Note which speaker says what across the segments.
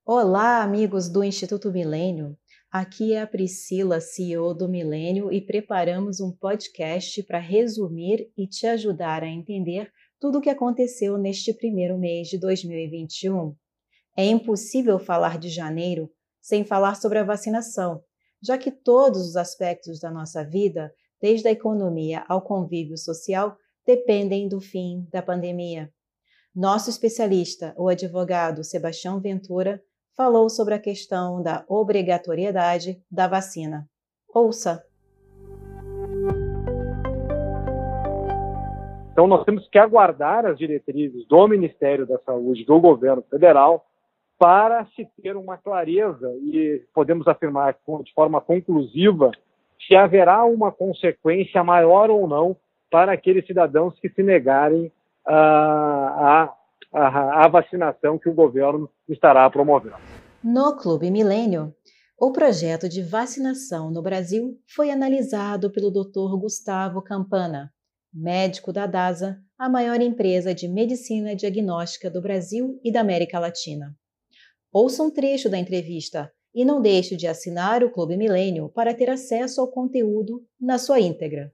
Speaker 1: Olá, amigos do Instituto Milênio. Aqui é a Priscila, CEO do Milênio, e preparamos um podcast para resumir e te ajudar a entender tudo o que aconteceu neste primeiro mês de 2021. É impossível falar de janeiro sem falar sobre a vacinação, já que todos os aspectos da nossa vida, desde a economia ao convívio social, dependem do fim da pandemia. Nosso especialista, o advogado Sebastião Ventura, falou sobre a questão da obrigatoriedade da vacina. Ouça!
Speaker 2: Então, nós temos que aguardar as diretrizes do Ministério da Saúde, do governo federal, para se ter uma clareza e podemos afirmar de forma conclusiva se haverá uma consequência maior ou não para aqueles cidadãos que se negarem a vacinação que o governo estará promovendo.
Speaker 1: No Clube Milênio, o projeto de vacinação no Brasil foi analisado pelo Dr. Gustavo Campana, médico da DASA, a maior empresa de medicina diagnóstica do Brasil e da América Latina. Ouça um trecho da entrevista e não deixe de assinar o Clube Milênio para ter acesso ao conteúdo na sua íntegra.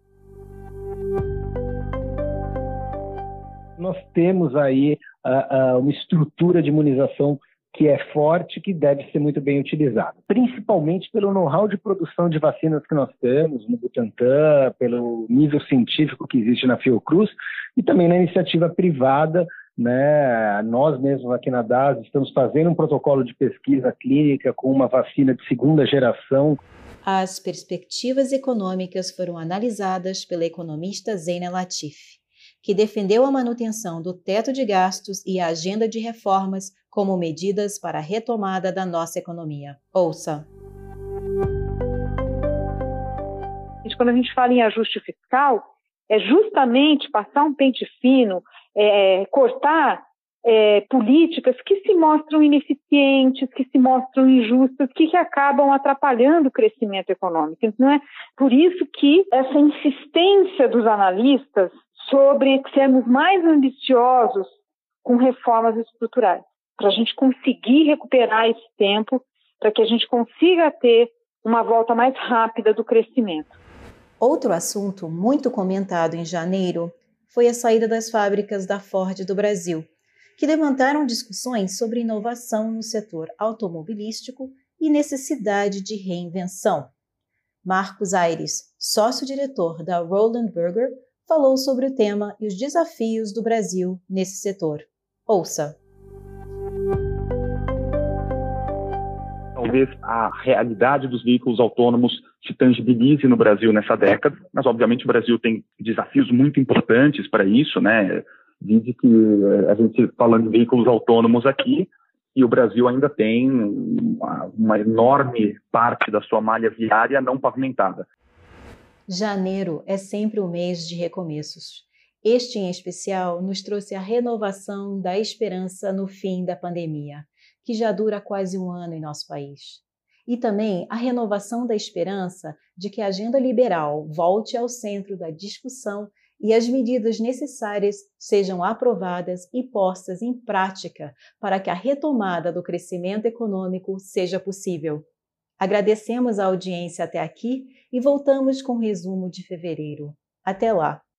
Speaker 3: Nós temos aí uma estrutura de imunização que é forte, que deve ser muito bem utilizada, principalmente pelo know-how de produção de vacinas que nós temos no Butantan, pelo nível científico que existe na Fiocruz e também na iniciativa privada, né? Nós mesmos aqui na DAS estamos fazendo um protocolo de pesquisa clínica com uma vacina de segunda geração.
Speaker 1: As perspectivas econômicas foram analisadas pela economista Zeina Latif, que defendeu a manutenção do teto de gastos e a agenda de reformas como medidas para a retomada da nossa economia. Ouça!
Speaker 4: Quando a gente fala em ajuste fiscal, é justamente passar um pente fino, cortar políticas que se mostram ineficientes, que se mostram injustas, que acabam atrapalhando o crescimento econômico. Então, é por isso que essa insistência dos analistas sobre sermos mais ambiciosos com reformas estruturais, para a gente conseguir recuperar esse tempo, para que a gente consiga ter uma volta mais rápida do crescimento.
Speaker 1: Outro assunto muito comentado em janeiro foi a saída das fábricas da Ford do Brasil, que levantaram discussões sobre inovação no setor automobilístico e necessidade de reinvenção. Marcos Aires, sócio-diretor da Roland Berger, falou sobre o tema e os desafios do Brasil nesse setor. Ouça!
Speaker 5: Talvez a realidade dos veículos autônomos se tangibilize no Brasil nessa década, mas obviamente o Brasil tem desafios muito importantes para isso, né? Diz que a gente falando de veículos autônomos aqui, e o Brasil ainda tem uma enorme parte da sua malha viária não pavimentada.
Speaker 1: Janeiro é sempre um mês de recomeços. Este, em especial, nos trouxe a renovação da esperança no fim da pandemia, que já dura quase um ano em nosso país. E também a renovação da esperança de que a agenda liberal volte ao centro da discussão e as medidas necessárias sejam aprovadas e postas em prática para que a retomada do crescimento econômico seja possível. Agradecemos a audiência até aqui e voltamos com o resumo de fevereiro. Até lá!